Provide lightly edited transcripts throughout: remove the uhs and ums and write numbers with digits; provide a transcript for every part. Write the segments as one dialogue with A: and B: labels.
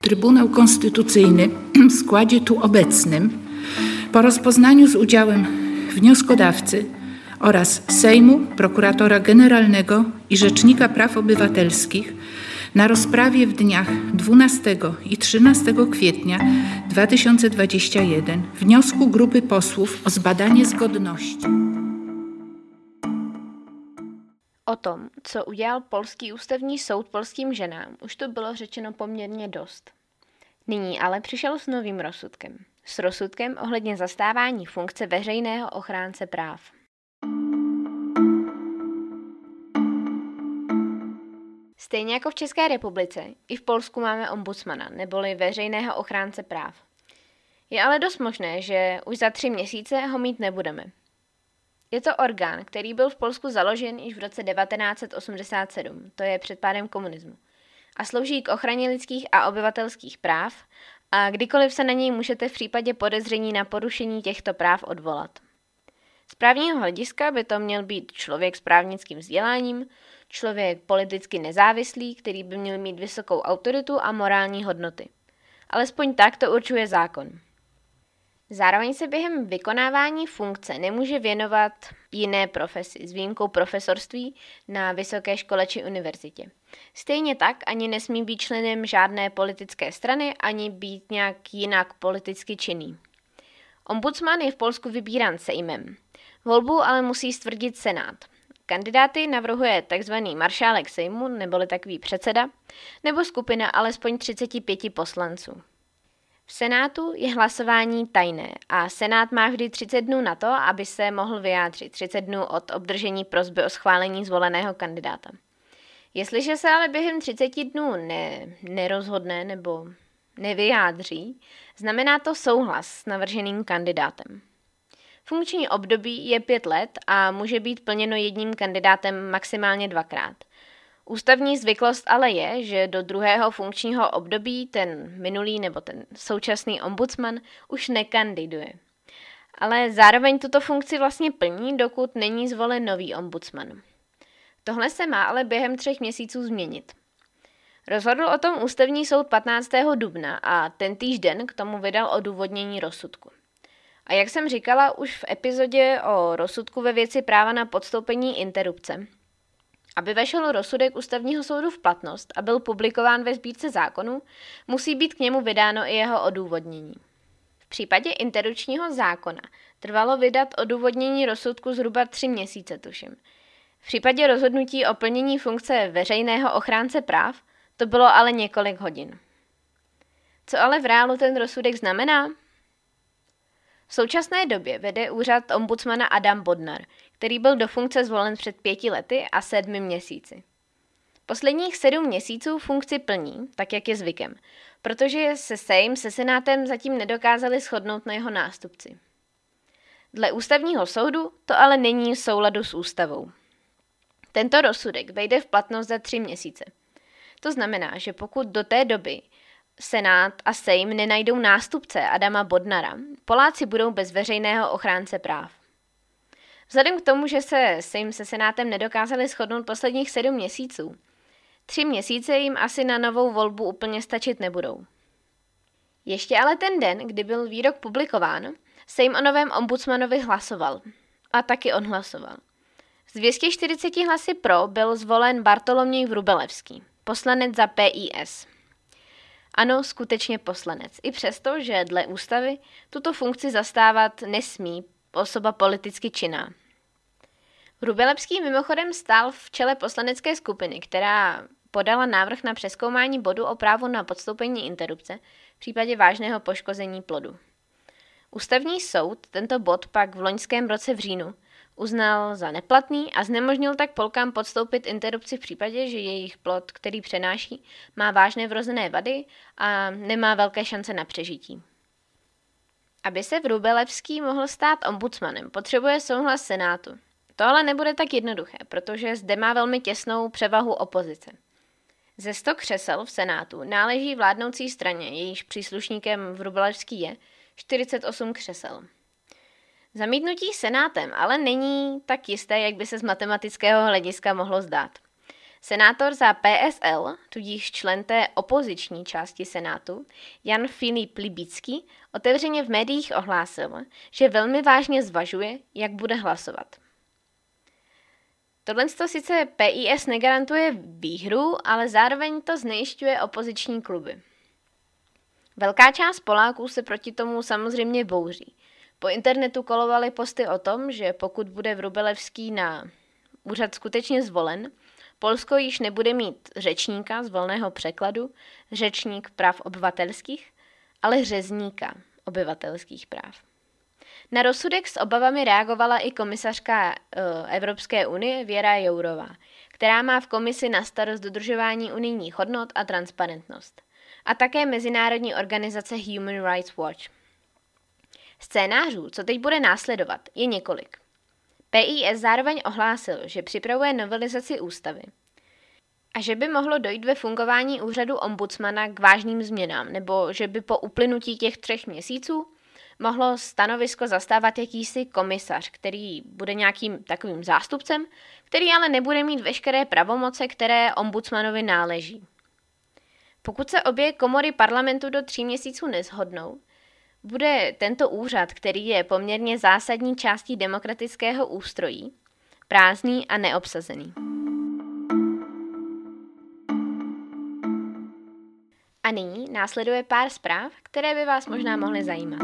A: Trybunał Konstytucyjny w składzie tu obecnym po rozpoznaniu z udziałem wnioskodawcy oraz Sejmu, Prokuratora Generalnego i Rzecznika Praw Obywatelskich na rozprawie w dniach 12 i 13 kwietnia 2021 wniosku grupy posłów o zbadanie zgodności.
B: O tom, co udělal polský ústavní soud polským ženám, už to bylo řečeno poměrně dost. Nyní ale přišel s novým rozsudkem. S rozsudkem ohledně zastávání funkce veřejného ochránce práv. Stejně jako v České republice, i v Polsku máme ombudsmana, neboli veřejného ochránce práv. Je ale dost možné, že už za 3 měsíce ho mít nebudeme. Je to orgán, který byl v Polsku založen již v roce 1987, to je před pádem komunismu, a slouží k ochraně lidských a obyvatelských práv a kdykoliv se na něj můžete v případě podezření na porušení těchto práv odvolat. Z právního hlediska by to měl být člověk s právnickým vzděláním, člověk politicky nezávislý, který by měl mít vysokou autoritu a morální hodnoty. Alespoň tak to určuje zákon. Zároveň se během vykonávání funkce nemůže věnovat jiné profesi, s výjimkou profesorství na vysoké škole či univerzitě. Stejně tak ani nesmí být členem žádné politické strany, ani být nějak jinak politicky činný. Ombudsman je v Polsku vybírán Sejmem. Volbu ale musí stvrdit Senát. Kandidáty navrhuje tzv. Maršálek Sejmu, neboli takový předseda, nebo skupina alespoň 35 poslanců. V Senátu je hlasování tajné a Senát má vždy 30 dnů na to, aby se mohl vyjádřit, 30 dnů od obdržení prosby o schválení zvoleného kandidáta. Jestliže se ale během 30 dnů nerozhodne nebo nevyjádří, znamená to souhlas s navrženým kandidátem. Funkční období je 5 let a může být plněno jedním kandidátem maximálně 2krát. Ústavní zvyklost ale je, že do druhého funkčního období ten minulý nebo ten současný ombudsman už nekandiduje. Ale zároveň tuto funkci vlastně plní, dokud není zvolen nový ombudsman. Tohle se má ale během 3 měsíců změnit. Rozhodl o tom ústavní soud 15. dubna a tentýž den k tomu vydal odůvodnění rozsudku. A jak jsem říkala už v epizodě o rozsudku ve věci práva na podstoupení interrupce, aby vešel rozsudek ústavního soudu v platnost a byl publikován ve sbírce zákonů, musí být k němu vydáno i jeho odůvodnění. V případě interrupčního zákona trvalo vydat odůvodnění rozsudku zhruba 3 měsíce, tuším. V případě rozhodnutí o plnění funkce veřejného ochránce práv to bylo ale několik hodin. Co ale v reálu ten rozsudek znamená? V současné době vede úřad ombudsmana Adam Bodnar, který byl do funkce zvolen před 5 lety a 7 měsíci. Posledních 7 měsíců funkci plní, tak jak je zvykem, protože se Sejm se Senátem zatím nedokázali shodnout na jeho nástupci. Dle ústavního soudu to ale není v souladu s ústavou. Tento rozsudek vejde v platnost za 3 měsíce. To znamená, že pokud do té doby Senát a Sejm nenajdou nástupce Adama Bodnara, Poláci budou bez veřejného ochránce práv. Vzhledem k tomu, že se Sejm se Senátem nedokázali shodnout posledních 7 měsíců, 3 měsíce jim asi na novou volbu úplně stačit nebudou. Ještě ale ten den, kdy byl výrok publikován, Sejm o novém ombudsmanovi hlasoval. A taky on hlasoval. Z 240 hlasy pro byl zvolen Bartoloměj Wróbelewski, poslanec za PiS. Ano, skutečně poslanec, i přesto, že dle ústavy tuto funkci zastávat nesmí osoba politicky činná. Wróbelewski mimochodem stál v čele poslanecké skupiny, která podala návrh na přezkoumání bodu o právu na podstoupení interrupce v případě vážného poškození plodu. Ústavní soud tento bod pak v loňském roce v říjnu uznal za neplatný a znemožnil tak Polkám podstoupit interrupci v případě, že jejich plod, který přenáší, má vážné vrozené vady a nemá velké šance na přežití. Aby se Wróbelewski mohl stát ombudsmanem, potřebuje souhlas Senátu. To ale nebude tak jednoduché, protože zde má velmi těsnou převahu opozice. Ze 100 křesel v Senátu náleží vládnoucí straně, jejíž příslušníkem Wróbelewski je, 48 křesel. Zamítnutí Senátem ale není tak jisté, jak by se z matematického hlediska mohlo zdát. Senátor za PSL, tudíž člen té opoziční části Senátu, Jan Filip Libický, otevřeně v médiích ohlásil, že velmi vážně zvažuje, jak bude hlasovat. Tohle sice PiS negarantuje výhru, ale zároveň to znejišťuje opoziční kluby. Velká část Poláků se proti tomu samozřejmě bouří. Po internetu kolovaly posty o tom, že pokud bude Wróblewský na úřad skutečně zvolen, Polsko již nebude mít řečníka z volného překladu, řečník práv obyvatelských, ale řezníka obyvatelských práv. Na rozsudek s obavami reagovala i komisařka Evropské unie Věra Jourová, která má v komisi na starost dodržování unijních hodnot a transparentnost. A také mezinárodní organizace Human Rights Watch. Scénářů, co teď bude následovat, je několik. PiS zároveň ohlásil, že připravuje novelizaci ústavy a že by mohlo dojít ve fungování úřadu ombudsmana k vážným změnám, nebo že by po uplynutí těch 3 měsíců mohlo stanovisko zastávat jakýsi komisař, který bude nějakým takovým zástupcem, který ale nebude mít veškeré pravomoce, které ombudsmanovi náleží. Pokud se obě komory parlamentu do 3 měsíců neshodnou, bude tento úřad, který je poměrně zásadní částí demokratického ústrojí, prázdný a neobsazený. A nyní následuje pár zpráv, které by vás možná mohly zajímat.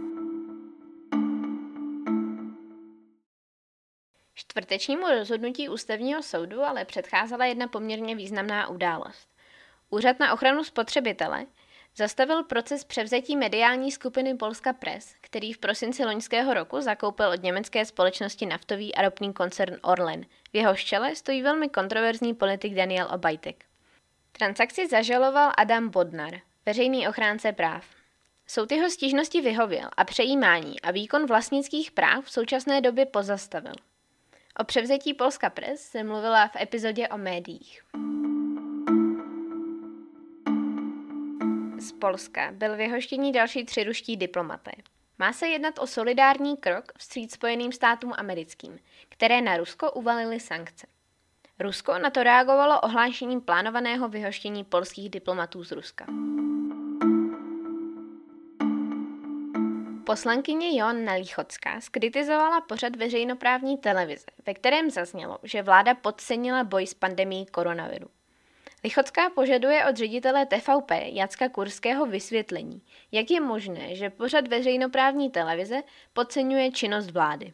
B: Čtvrtečnímu rozhodnutí ústavního soudu ale předcházela jedna poměrně významná událost. Úřad na ochranu spotřebitele zastavil proces převzetí mediální skupiny Polska Press, který v prosinci loňského roku zakoupil od německé společnosti naftový a ropný koncern Orlen. V jehož čele stojí velmi kontroverzní politik Daniel Obajtek. Transakci zažaloval Adam Bodnar, veřejný ochránce práv. Soud jeho stížnosti vyhověl a přejímání a výkon vlastnických práv v současné době pozastavil. O převzetí Polska Press se mluvila v epizodě o médiích. Z Polska byl vyhoštěni další 3 ruští diplomaté. Má se jednat o solidární krok vstříc Spojeným státům americkým, které na Rusko uvalily sankce. Rusko na to reagovalo ohlášením plánovaného vyhoštění polských diplomatů z Ruska. Poslankyně Joanna Lichocká zkritizovala pořad veřejnoprávní televize, ve kterém zaznělo, že vláda podcenila boj s pandemií koronaviru. Lichocká požaduje od ředitele TVP Jacka Kurského vysvětlení, jak je možné, že pořad veřejnoprávní televize podceňuje činnost vlády.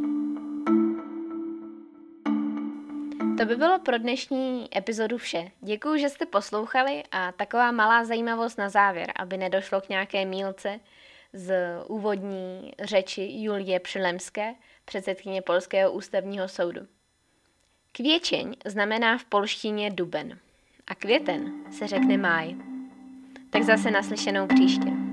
B: To by bylo pro dnešní epizodu vše. Děkuji, že jste poslouchali a taková malá zajímavost na závěr, aby nedošlo k nějaké mýlce z úvodní řeči Julie Přilemské, předsedkyně Polského ústavního soudu. Kvěčeň znamená v polštině duben a květen se řekne máj. Tak zase naslyšenou příště.